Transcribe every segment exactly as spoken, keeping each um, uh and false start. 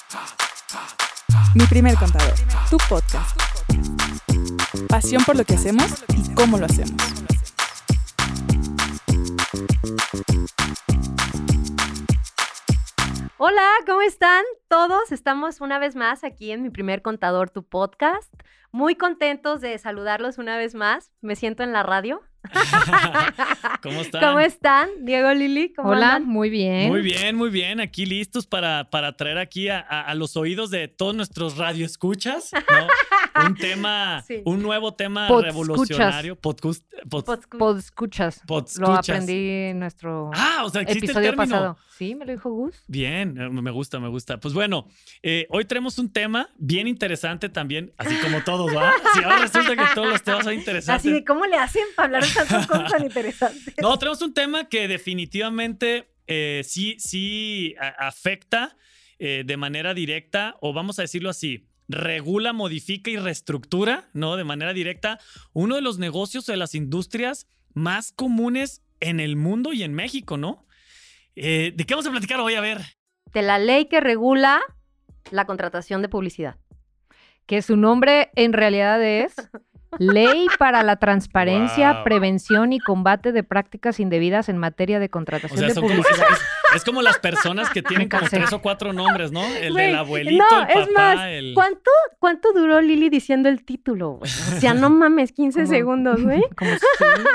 Mi primer contador, tu podcast. Pasión por lo que hacemos y cómo lo hacemos. Hola, ¿cómo están todos? Estamos una vez más aquí en Mi Primer Contador, tu podcast. Muy contentos de saludarlos una vez más. Me siento en la radio. ¿Cómo están? ¿Cómo están? Diego, Lili, ¿cómo Hola, andan? muy bien. Muy bien, muy bien. Aquí listos para, para traer aquí a, a, a los oídos de todos nuestros radioescuchas, ¿no? Un tema, Sí. un nuevo tema Podscuchas. revolucionario. Podcast, pod, Podscu- Podscuchas. Podscuchas. Lo aprendí en nuestro Ah, o sea, existe episodio el término. pasado. Sí, me lo dijo Gus. Bien, eh, me gusta, me gusta. Pues bueno, eh, hoy tenemos un tema bien interesante también, así como todos, ¿va? Sí, ahora resulta que todos los temas son interesantes. Así de cómo le hacen para hablar de tantas cosas tan interesantes. No, tenemos un tema que definitivamente eh, sí, sí a- afecta eh, de manera directa, o vamos a decirlo así, regula, modifica y reestructura, ¿no? De manera directa, uno de los negocios o de las industrias más comunes en el mundo y en México, ¿no? Eh, ¿De qué vamos a platicar hoy? A ver. De la ley que regula la contratación de publicidad. Que su nombre en realidad es Ley para la Transparencia, Wow. Prevención y Combate de Prácticas Indebidas en Materia de O Contratación sea, de son como, Publicidad. es, es como las personas que tienen como cansé. tres o cuatro nombres, ¿no? El Güey, del abuelito, no, el papá, es más, el... ¿cuánto, ¿cuánto duró Lili diciendo el título, güey? O sea, no mames, quince Como- segundos, güey. Como si-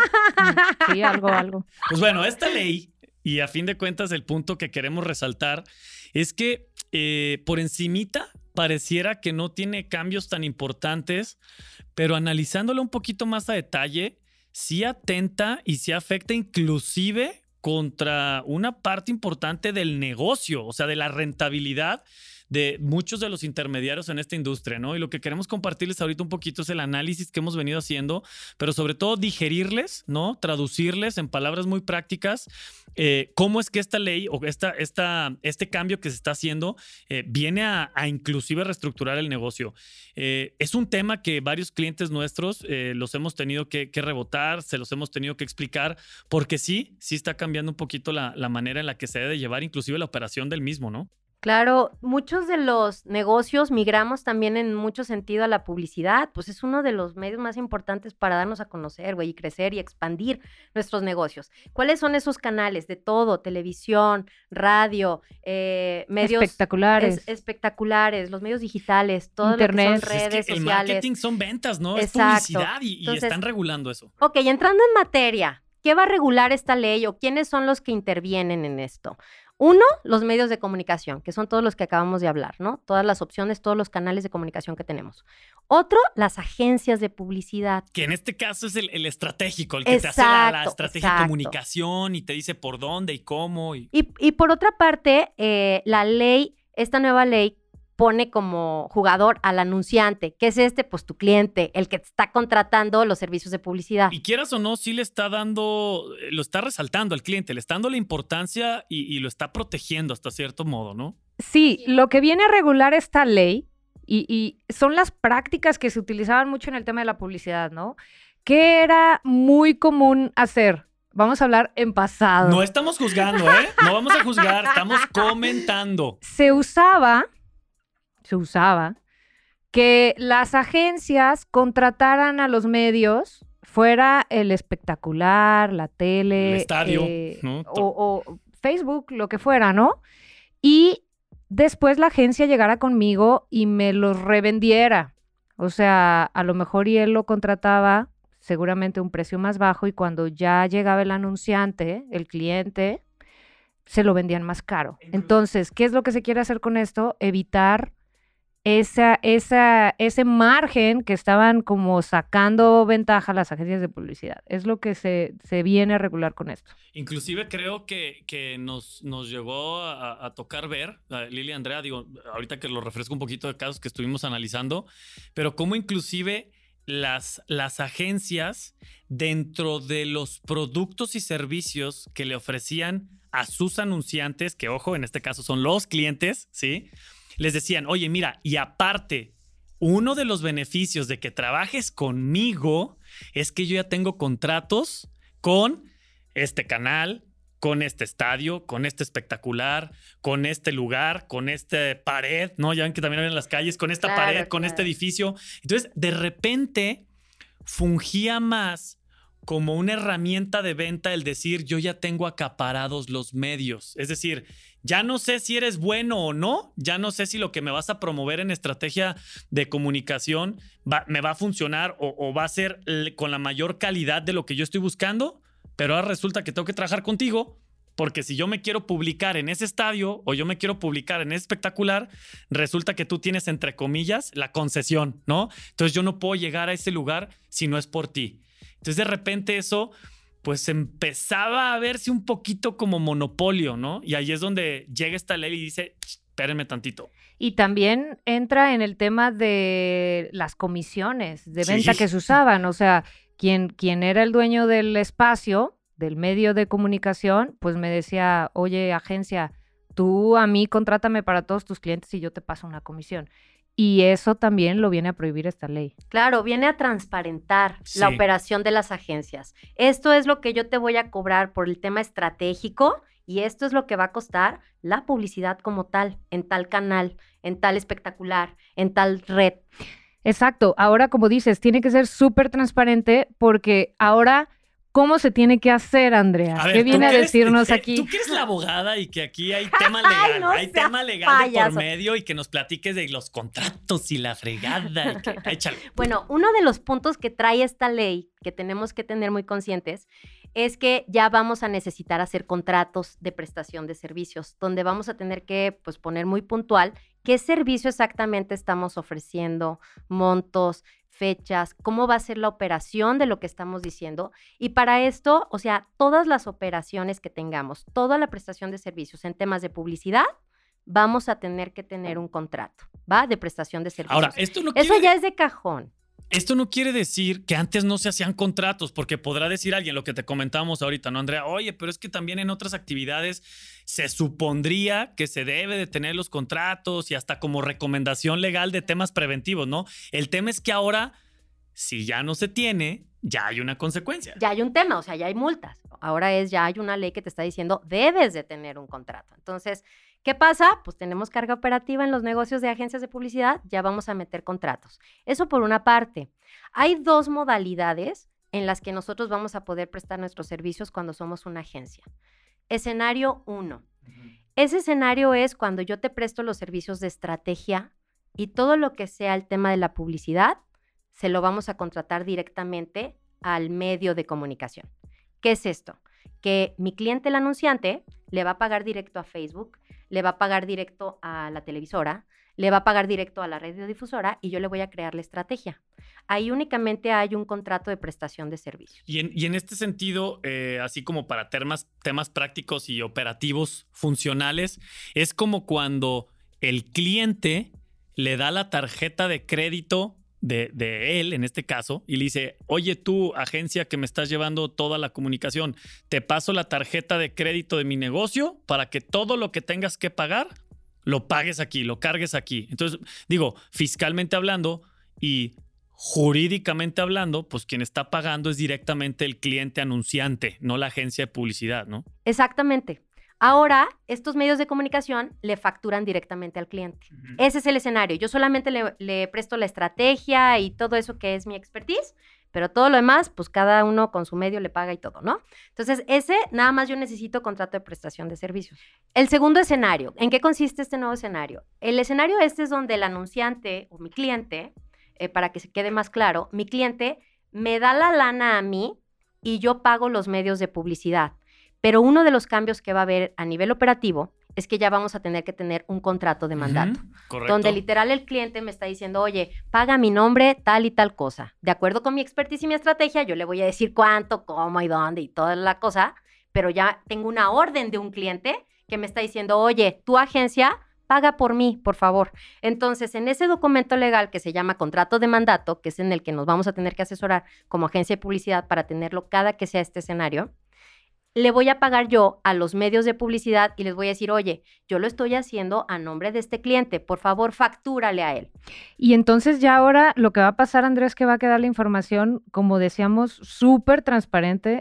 sí, algo, algo. Pues bueno, esta ley, y a fin de cuentas el punto que queremos resaltar, es que eh, por encimita pareciera que no tiene cambios tan importantes, pero analizándolo un poquito más a detalle, sí atenta y sí afecta inclusive contra una parte importante del negocio, o sea, de la rentabilidad de muchos de los intermediarios en esta industria, ¿no? Y lo que queremos compartirles ahorita un poquito es el análisis que hemos venido haciendo, pero sobre todo digerirles, ¿no? Traducirles en palabras muy prácticas eh, cómo es que esta ley o esta, esta, este cambio que se está haciendo eh, viene a, a inclusive reestructurar el negocio. Eh, es un tema que varios clientes nuestros eh, los hemos tenido que, que rebotar, se los hemos tenido que explicar, porque sí, sí está cambiando un poquito la, la manera en la que se debe llevar inclusive la operación del mismo, ¿no? Claro, muchos de los negocios migramos también en mucho sentido a la publicidad, pues es uno de los medios más importantes para darnos a conocer, güey, y crecer y expandir nuestros negocios. ¿Cuáles son esos canales? De todo, televisión, radio, eh, medios Espectaculares. es- espectaculares, los medios digitales, todo Internet. lo que Pues son es redes que el sociales. marketing son ventas, ¿no? Es Exacto. publicidad y, y Entonces- están regulando eso. Ok, entrando en materia, ¿qué va a regular esta ley o quiénes son los que intervienen en esto? Uno, los medios de comunicación, que son todos los que acabamos de hablar, ¿no? Todas las opciones, todos los canales de comunicación que tenemos. Otro, las agencias de publicidad. Que en este caso es el, el estratégico, el que te hace la, la Exacto, estrategia de exacto. comunicación y te dice por dónde y cómo. Y... Y, y por otra parte, eh, la ley, esta nueva ley pone como jugador al anunciante, que es este, pues tu cliente, el que te está contratando los servicios de publicidad. Y quieras o no, sí le está dando, eh, lo está resaltando al cliente, le está dando la importancia y, y lo está protegiendo hasta cierto modo, ¿no? Sí, lo que viene a regular esta ley y, y son las prácticas que se utilizaban mucho en el tema de la publicidad, ¿no? ¿Qué era muy común hacer? Vamos a hablar en pasado. No estamos juzgando, ¿eh? No vamos a juzgar, estamos comentando. Se usaba, se usaba que las agencias contrataran a los medios, fuera el espectacular, la tele, El estadio, eh, ¿no? o, o Facebook, lo que fuera, ¿no? Y después la agencia llegara conmigo y me los revendiera. O sea, a lo mejor y él lo contrataba seguramente a un precio más bajo y cuando ya llegaba el anunciante, el cliente, se lo vendían más caro. Entonces, ¿qué es lo que se quiere hacer con esto? Evitar esa, esa, ese margen que estaban como sacando ventaja las agencias de publicidad. Es lo que se, se viene a regular con esto. Inclusive creo que, que nos, nos llegó a, a tocar ver, a Lili y Andrea, digo, ahorita que lo refresco un poquito de casos que estuvimos analizando, pero cómo inclusive las, las agencias dentro de los productos y servicios que le ofrecían a sus anunciantes, que ojo, en este caso son los clientes, ¿sí? Les decían, oye, mira, y aparte, uno de los beneficios de que trabajes conmigo es que yo ya tengo contratos con este canal, con este estadio, con este espectacular, con este lugar, con esta pared, ¿no? Ya ven que también hay en las calles, con esta Claro, pared, con claro. este edificio. Entonces, de repente, fungía más como una herramienta de venta el decir, yo ya tengo acaparados los medios. Es decir, ya no sé si eres bueno o no, ya no sé si lo que me vas a promover en estrategia de comunicación va, me va a funcionar o, o va a ser l- con la mayor calidad de lo que yo estoy buscando, pero ahora resulta que tengo que trabajar contigo, porque si yo me quiero publicar en ese estadio o yo me quiero publicar en ese espectacular, resulta que tú tienes, entre comillas, la concesión, ¿no? Entonces yo no puedo llegar a ese lugar si no es por ti. Entonces de repente eso pues empezaba a verse un poquito como monopolio, ¿no? Y ahí es donde llega esta ley y dice, espérenme tantito. Y también entra en el tema de las comisiones de venta Sí. que se usaban. O sea, quien, quien era el dueño del espacio, del medio de comunicación, pues me decía, oye, agencia, tú a mí contrátame para todos tus clientes y yo te paso una comisión. Y eso también lo viene a prohibir esta ley. Claro, viene a transparentar Sí. la operación de las agencias. Esto es lo que yo te voy a cobrar por el tema estratégico y esto es lo que va a costar la publicidad como tal, en tal canal, en tal espectacular, en tal red. Exacto. Ahora, como dices, tiene que ser súper transparente porque ahora, ¿cómo se tiene que hacer, Andrea? A ver, ¿Qué tú viene a que eres- decirnos eh, aquí? Tú que eres la abogada y que aquí hay tema legal, no hay seas tema legal de por payaso. medio y que nos platiques de los contratos y la fregada. Y que, échale. Bueno, uno de los puntos que trae esta ley que tenemos que tener muy conscientes es que ya vamos a necesitar hacer contratos de prestación de servicios, donde vamos a tener que pues, poner muy puntual qué servicio exactamente estamos ofreciendo, montos, fechas, cómo va a ser la operación de lo que estamos diciendo. Y para esto, o sea, todas las operaciones que tengamos, toda la prestación de servicios en temas de publicidad, vamos a tener que tener un contrato, ¿va? De prestación de servicios. Ahora, esto no Eso quiere... ya es de cajón. Esto no quiere decir que antes no se hacían contratos, porque podrá decir alguien lo que te comentábamos ahorita, ¿no, Andrea? Oye, pero es que también en otras actividades se supondría que se debe de tener los contratos y hasta como recomendación legal de temas preventivos, ¿no? El tema es que ahora, si ya no se tiene, ya hay una consecuencia. Ya hay un tema, o sea, ya hay multas. Ahora es, ya hay una ley que te está diciendo, debes de tener un contrato. Entonces, ¿qué pasa? Pues tenemos carga operativa en los negocios de agencias de publicidad, ya vamos a meter contratos. Eso por una parte. Hay dos modalidades en las que nosotros vamos a poder prestar nuestros servicios cuando somos una agencia. Escenario uno. Ese escenario es cuando yo te presto los servicios de estrategia y todo lo que sea el tema de la publicidad, se lo vamos a contratar directamente al medio de comunicación. ¿Qué es esto? Que mi cliente, el anunciante, le va a pagar directo a Facebook, le va a pagar directo a la televisora, le va a pagar directo a la radiodifusora y yo le voy a crear la estrategia. Ahí únicamente hay un contrato de prestación de servicios. Y en, y en este sentido, eh, así como para temas, temas prácticos y operativos funcionales, es como cuando el cliente le da la tarjeta de crédito de, de él, en este caso, y le dice, oye, tú, agencia que me estás llevando toda la comunicación, te paso la tarjeta de crédito de mi negocio para que todo lo que tengas que pagar, lo pagues aquí, lo cargues aquí. Entonces, digo, fiscalmente hablando y jurídicamente hablando, pues quien está pagando es directamente el cliente anunciante, no la agencia de publicidad, ¿no? Exactamente. Ahora, estos medios de comunicación le facturan directamente al cliente. Uh-huh. Ese es el escenario. Yo solamente le, le presto la estrategia y todo eso que es mi expertise, pero todo lo demás, pues cada uno con su medio le paga y todo, ¿no? Entonces, ese, nada más yo necesito contrato de prestación de servicios. El segundo escenario, ¿en qué consiste este nuevo escenario? El escenario este es donde el anunciante o mi cliente, eh, para que se quede más claro, mi cliente me da la lana a mí y yo pago los medios de publicidad. Pero uno de los cambios que va a haber a nivel operativo es que ya vamos a tener que tener un contrato de mandato. Uh-huh. Correcto. Donde literal el cliente me está diciendo, oye, paga mi nombre tal y tal cosa. De acuerdo con mi expertise y mi estrategia, yo le voy a decir cuánto, cómo y dónde y toda la cosa, pero ya tengo una orden de un cliente que me está diciendo, oye, tu agencia paga por mí, por favor. Entonces, en ese documento legal que se llama contrato de mandato, que es en el que nos vamos a tener que asesorar como agencia de publicidad para tenerlo cada que sea este escenario, le voy a pagar yo a los medios de publicidad y les voy a decir, oye, yo lo estoy haciendo a nombre de este cliente, por favor, factúrale a él. Y entonces ya ahora lo que va a pasar, Andrés, es que va a quedar la información, como decíamos, súper transparente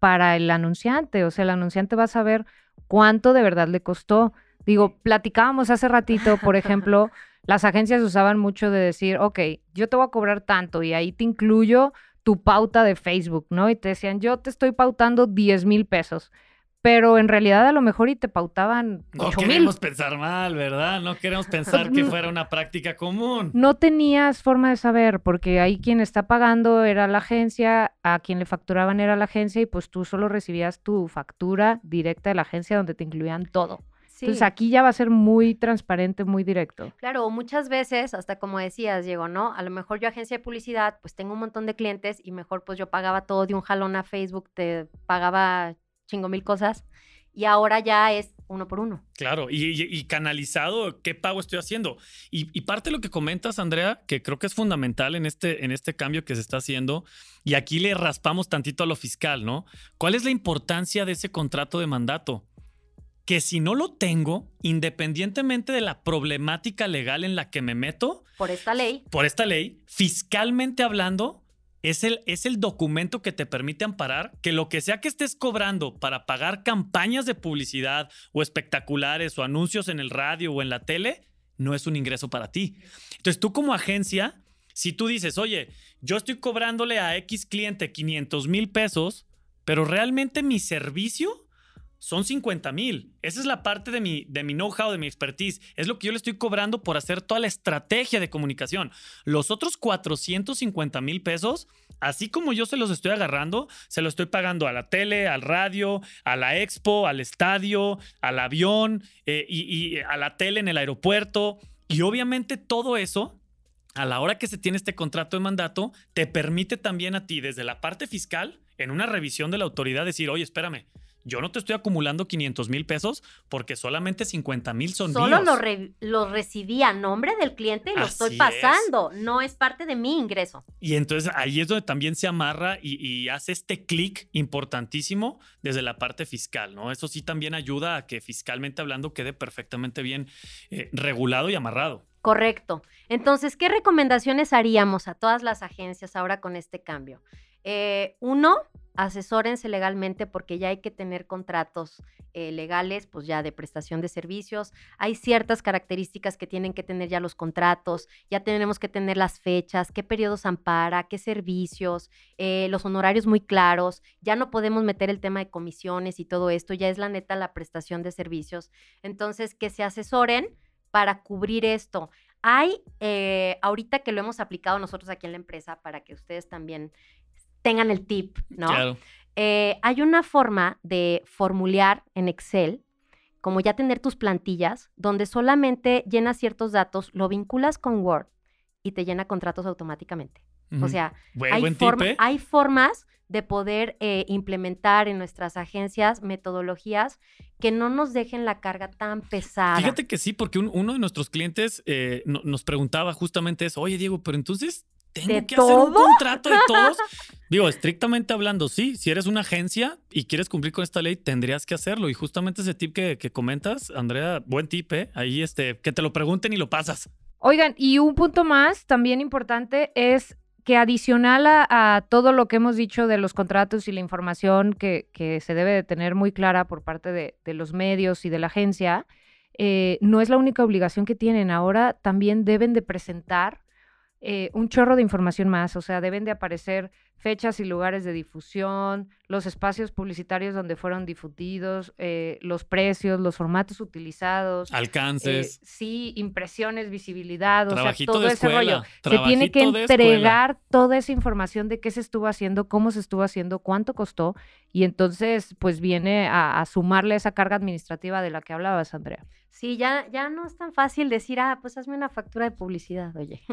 para el anunciante. O sea, el anunciante va a saber cuánto de verdad le costó. Digo, platicábamos hace ratito, por ejemplo, las agencias usaban mucho de decir, ok, yo te voy a cobrar tanto y ahí te incluyo tu pauta de Facebook, ¿no? Y te decían, yo te estoy pautando diez mil pesos. Pero en realidad a lo mejor y te pautaban No ocho mil. queremos pensar mal, ¿verdad? No queremos pensar que fuera una práctica común. No tenías forma de saber, porque ahí quien está pagando era la agencia, a quien le facturaban era la agencia y pues tú solo recibías tu factura directa de la agencia donde te incluían todo. Sí. Entonces aquí ya va a ser muy transparente, muy directo. Claro, muchas veces, hasta como decías, Diego, ¿no? A lo mejor yo agencia de publicidad, pues tengo un montón de clientes y mejor pues yo pagaba todo de un jalón a Facebook, te pagaba chingo mil cosas y ahora ya es uno por uno. Claro, y, y, y canalizado, ¿qué pago estoy haciendo? Y, y parte de lo que comentas, Andrea, que creo que es fundamental en este, en este cambio que se está haciendo, y aquí le raspamos tantito a lo fiscal, ¿no? ¿Cuál es la importancia de ese contrato de mandato? Que si no lo tengo, independientemente de la problemática legal en la que me meto, Por esta ley. por esta ley, fiscalmente hablando, es el, es el documento que te permite amparar que lo que sea que estés cobrando para pagar campañas de publicidad o espectaculares o anuncios en el radio o en la tele, no es un ingreso para ti. Entonces tú como agencia, si tú dices, oye, yo estoy cobrándole a X cliente quinientos mil pesos, pero realmente mi servicio son cincuenta mil. Esa es la parte de mi, de mi know-how, de mi expertise. Es lo que yo le estoy cobrando por hacer toda la estrategia de comunicación. Los otros cuatrocientos cincuenta mil pesos, así como yo se los estoy agarrando, se los estoy pagando a la tele, al radio, a la expo, al estadio, al avión eh, y, y a la tele en el aeropuerto. Y obviamente todo eso, a la hora que se tiene este contrato de mandato, te permite también a ti, desde la parte fiscal, en una revisión de la autoridad, decir, oye, espérame, yo no te estoy acumulando quinientos mil pesos porque solamente cincuenta mil son Solo míos. lo, re, lo recibí a nombre del cliente y lo Así estoy pasando. No es parte de mi ingreso. Y entonces ahí es donde también se amarra y, y hace este clic importantísimo desde la parte fiscal, ¿no? Eso sí también ayuda a que fiscalmente hablando quede perfectamente bien eh, regulado y amarrado. Correcto. Entonces, ¿qué recomendaciones haríamos a todas las agencias ahora con este cambio? Eh, uno, asesórense legalmente porque ya hay que tener contratos eh, legales, pues ya de prestación de servicios. Hay ciertas características que tienen que tener ya los contratos, ya tenemos que tener las fechas, qué periodos ampara, qué servicios, eh, los honorarios muy claros. Ya no podemos meter el tema de comisiones y todo esto, ya es la neta la prestación de servicios. Entonces, que se asesoren para cubrir esto. Hay, eh, ahorita que lo hemos aplicado nosotros aquí en la empresa para que ustedes también tengan el tip, ¿no? Claro. Eh, hay una forma de formular en Excel, como ya tener tus plantillas, donde solamente llenas ciertos datos, lo vinculas con Word y te llena contratos automáticamente. Uh-huh. O sea, buen, hay, buen forma, tip, ¿eh? hay formas de poder eh, implementar en nuestras agencias metodologías que no nos dejen la carga tan pesada. Fíjate que sí, porque un, uno de nuestros clientes eh, no, nos preguntaba justamente eso. Oye, Diego, pero entonces ¿tengo ¿De que todo? hacer un contrato de todos? Digo, estrictamente hablando, sí. Si eres una agencia y quieres cumplir con esta ley, tendrías que hacerlo. Y justamente ese tip que, que comentas, Andrea, buen tip, ¿eh? Ahí este, que te lo pregunten y lo pasas. Oigan, y un punto más también importante es que adicional a, a todo lo que hemos dicho de los contratos y la información que, que se debe de tener muy clara por parte de, de los medios y de la agencia, eh, no es la única obligación que tienen. Ahora también deben de presentar eh, un chorro de información más, o sea, deben de aparecer fechas y lugares de difusión, los espacios publicitarios donde fueron difundidos, eh, los precios, los formatos utilizados. Alcances. Eh, sí, impresiones, visibilidad, o sea, Trabajito todo de ese escuela, rollo. Se tiene que trabajito de entregar toda esa información de qué se estuvo haciendo, cómo se estuvo haciendo, cuánto costó, y entonces pues viene a, a sumarle esa carga administrativa de la que hablabas, Andrea. Sí, ya, ya no es tan fácil decir, ah, pues hazme una factura de publicidad, oye.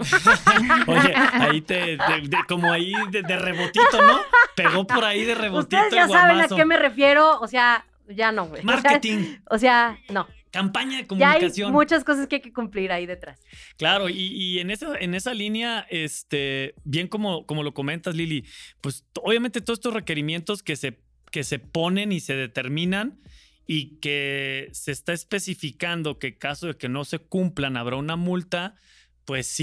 Oye, ahí te, de, de, como ahí de, de rebotito, ¿no? Pegó por ahí de rebotito. Ustedes ya el saben guamazo. a qué me refiero, o sea, ya no, güey. Marketing. O sea, no. Campaña de Ya hay comunicación. muchas cosas que hay que cumplir ahí detrás. Claro, y, y en esa, en esa línea, este, bien como, como lo comentas, Lili, pues obviamente todos estos requerimientos que se, que se ponen y se determinan y que se está especificando que en caso de que no se cumplan habrá una multa, pues sí,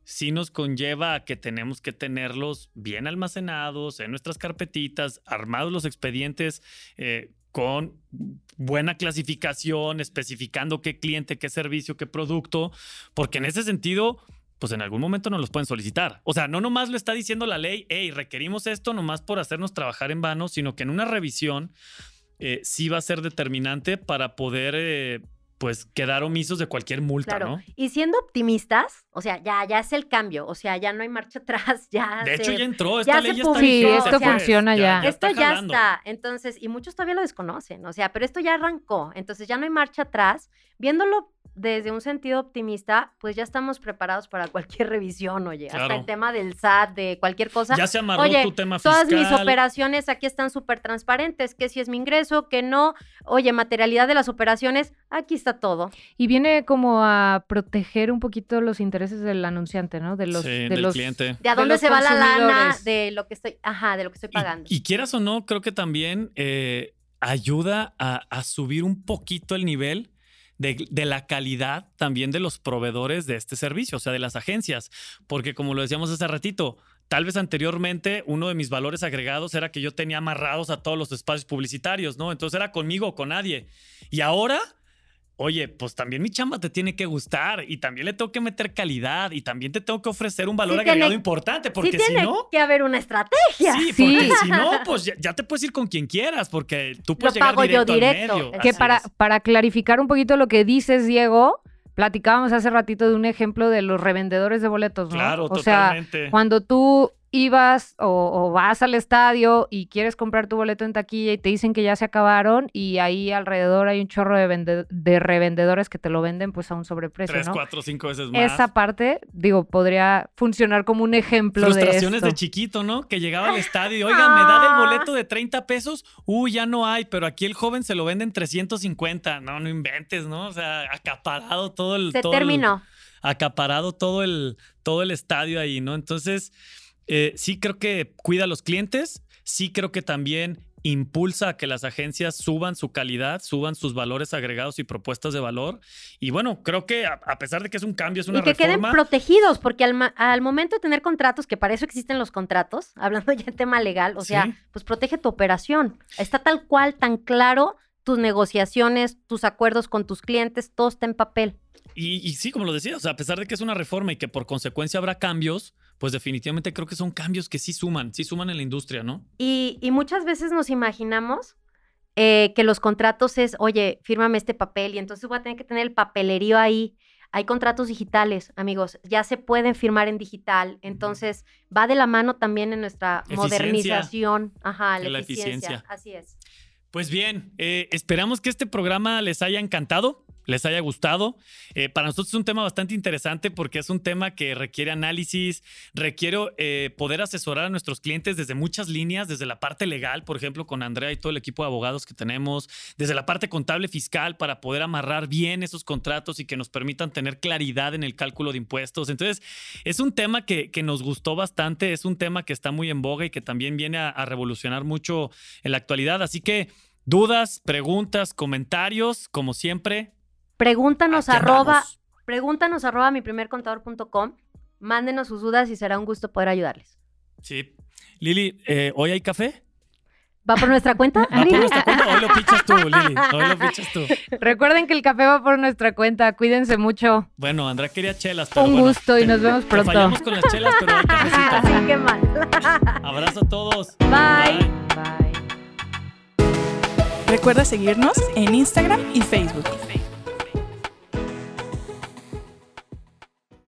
sí nos conlleva a que tenemos que tenerlos bien almacenados en nuestras carpetitas, armados los expedientes eh, con buena clasificación, especificando qué cliente, qué servicio, qué producto, porque en ese sentido, pues en algún momento nos los pueden solicitar. O sea, no nomás lo está diciendo la ley, hey, requerimos esto nomás por hacernos trabajar en vano, sino que en una revisión eh, sí va a ser determinante para poder... Eh, pues quedar omisos de cualquier multa, claro. ¿no? Y siendo optimistas, o sea, ya, ya es el cambio, o sea, ya no hay marcha atrás, ya De se, hecho, ya entró, esta ya ley se ya está publicó, Sí, vigente, esto o sea, funciona ya. esto está ya jalando. está, entonces, y muchos todavía lo desconocen, o sea, pero esto ya arrancó, entonces ya no hay marcha atrás. Viéndolo desde un sentido optimista, pues ya estamos preparados para cualquier revisión, oye, Claro. hasta el tema del S A T, de cualquier cosa. Ya se amarró Oye, tu tema fiscal. todas mis operaciones aquí están súper transparentes, que si es mi ingreso, que no, oye, materialidad de las operaciones, aquí está todo. Y viene como a proteger un poquito los intereses del anunciante, ¿no? De los, Sí, de del los cliente. De a De dónde los se va la lana, consumidores. de lo que estoy, ajá, de lo que estoy pagando. Y, y quieras o no, creo que también eh, ayuda a, a subir un poquito el nivel de, de la calidad también de los proveedores de este servicio, o sea, de las agencias. Porque como lo decíamos hace ratito, tal vez anteriormente uno de mis valores agregados era que yo tenía amarrados a todos los espacios publicitarios, ¿no? Entonces era conmigo o con nadie. Y ahora... Oye, pues también mi chamba te tiene que gustar y también le tengo que meter calidad y también te tengo que ofrecer un valor Sí agregado tiene- importante, Sí porque si tiene no... que haber una estrategia. Sí, Sí. porque si no, pues ya, ya te puedes ir con quien quieras, porque tú puedes Lo llegar pago yo directo, directo. al medio. Que Así para, es. para clarificar un poquito lo que dices, Diego, platicábamos hace ratito de un ejemplo de los revendedores de boletos, ¿no? Claro, o sea, totalmente. cuando tú ibas o, o vas al estadio y quieres comprar tu boleto en taquilla y te dicen que ya se acabaron y ahí alrededor hay un chorro de, vende- de revendedores que te lo venden pues a un sobreprecio, Tres, ¿no? cuatro, cinco veces más. Esa parte, digo, podría funcionar como un ejemplo de Frustraciones esto. de chiquito, ¿no? Que llegaba al estadio y, oigan, me da el boleto de treinta pesos. Uy, ya no hay, pero aquí el joven se lo vende en trescientos cincuenta. No, no inventes, ¿no? O sea, acaparado todo el... Se todo el- terminó. acaparado todo el, todo el estadio ahí, ¿no? Entonces, eh, sí creo que cuida a los clientes, sí creo que también impulsa a que las agencias suban su calidad, suban sus valores agregados y propuestas de valor. Y bueno, creo que a, a pesar de que es un cambio, es una Y que reforma... queden protegidos, porque al, ma- al momento de tener contratos, que para eso existen los contratos, hablando ya en tema legal, o Sí. sea, pues protege tu operación. Está tal cual, tan claro, tus negociaciones, tus acuerdos con tus clientes, todo está en papel. Y, y sí, como lo decía, o sea, a pesar de que es una reforma y que por consecuencia habrá cambios, pues definitivamente creo que son cambios que sí suman, sí suman en la industria, ¿no? Y, y muchas veces nos imaginamos eh, que los contratos es, oye, fírmame este papel y entonces voy a tener que tener el papelerío ahí. Hay contratos digitales, amigos, ya se pueden firmar en digital, entonces va de la mano también en nuestra Eficiencia. modernización. Ajá, la, En la eficiencia. eficiencia. Así es. Pues bien, eh, esperamos que este programa les haya encantado, les haya gustado. Eh, para nosotros es un tema bastante interesante porque es un tema que requiere análisis, requiere eh, poder asesorar a nuestros clientes desde muchas líneas, desde la parte legal, por ejemplo, con Andrea y todo el equipo de abogados que tenemos, desde la parte contable fiscal para poder amarrar bien esos contratos y que nos permitan tener claridad en el cálculo de impuestos. Entonces, es un tema que, que nos gustó bastante, es un tema que está muy en boga y que también viene a, a revolucionar mucho en la actualidad. Así que dudas, preguntas, comentarios, como siempre. Pregúntanos aquí arroba, andamos. pregúntanos arroba mi primer contador punto com, mándenos sus dudas y será un gusto poder ayudarles. Sí. Lili, eh, ¿hoy hay café? ¿Va por nuestra cuenta? ¿Va por nuestra cuenta? Hoy lo pichas tú, Lili. Hoy lo pichas tú. Recuerden que el café va por nuestra cuenta. Cuídense mucho. Bueno, Andrea quería chelas, pero Un bueno, gusto y te- nos vemos te pronto. fallamos con las chelas, pero hay cafecito. Así que mal. Abrazo a todos. Bye. Bye. Recuerda seguirnos en Instagram y Facebook.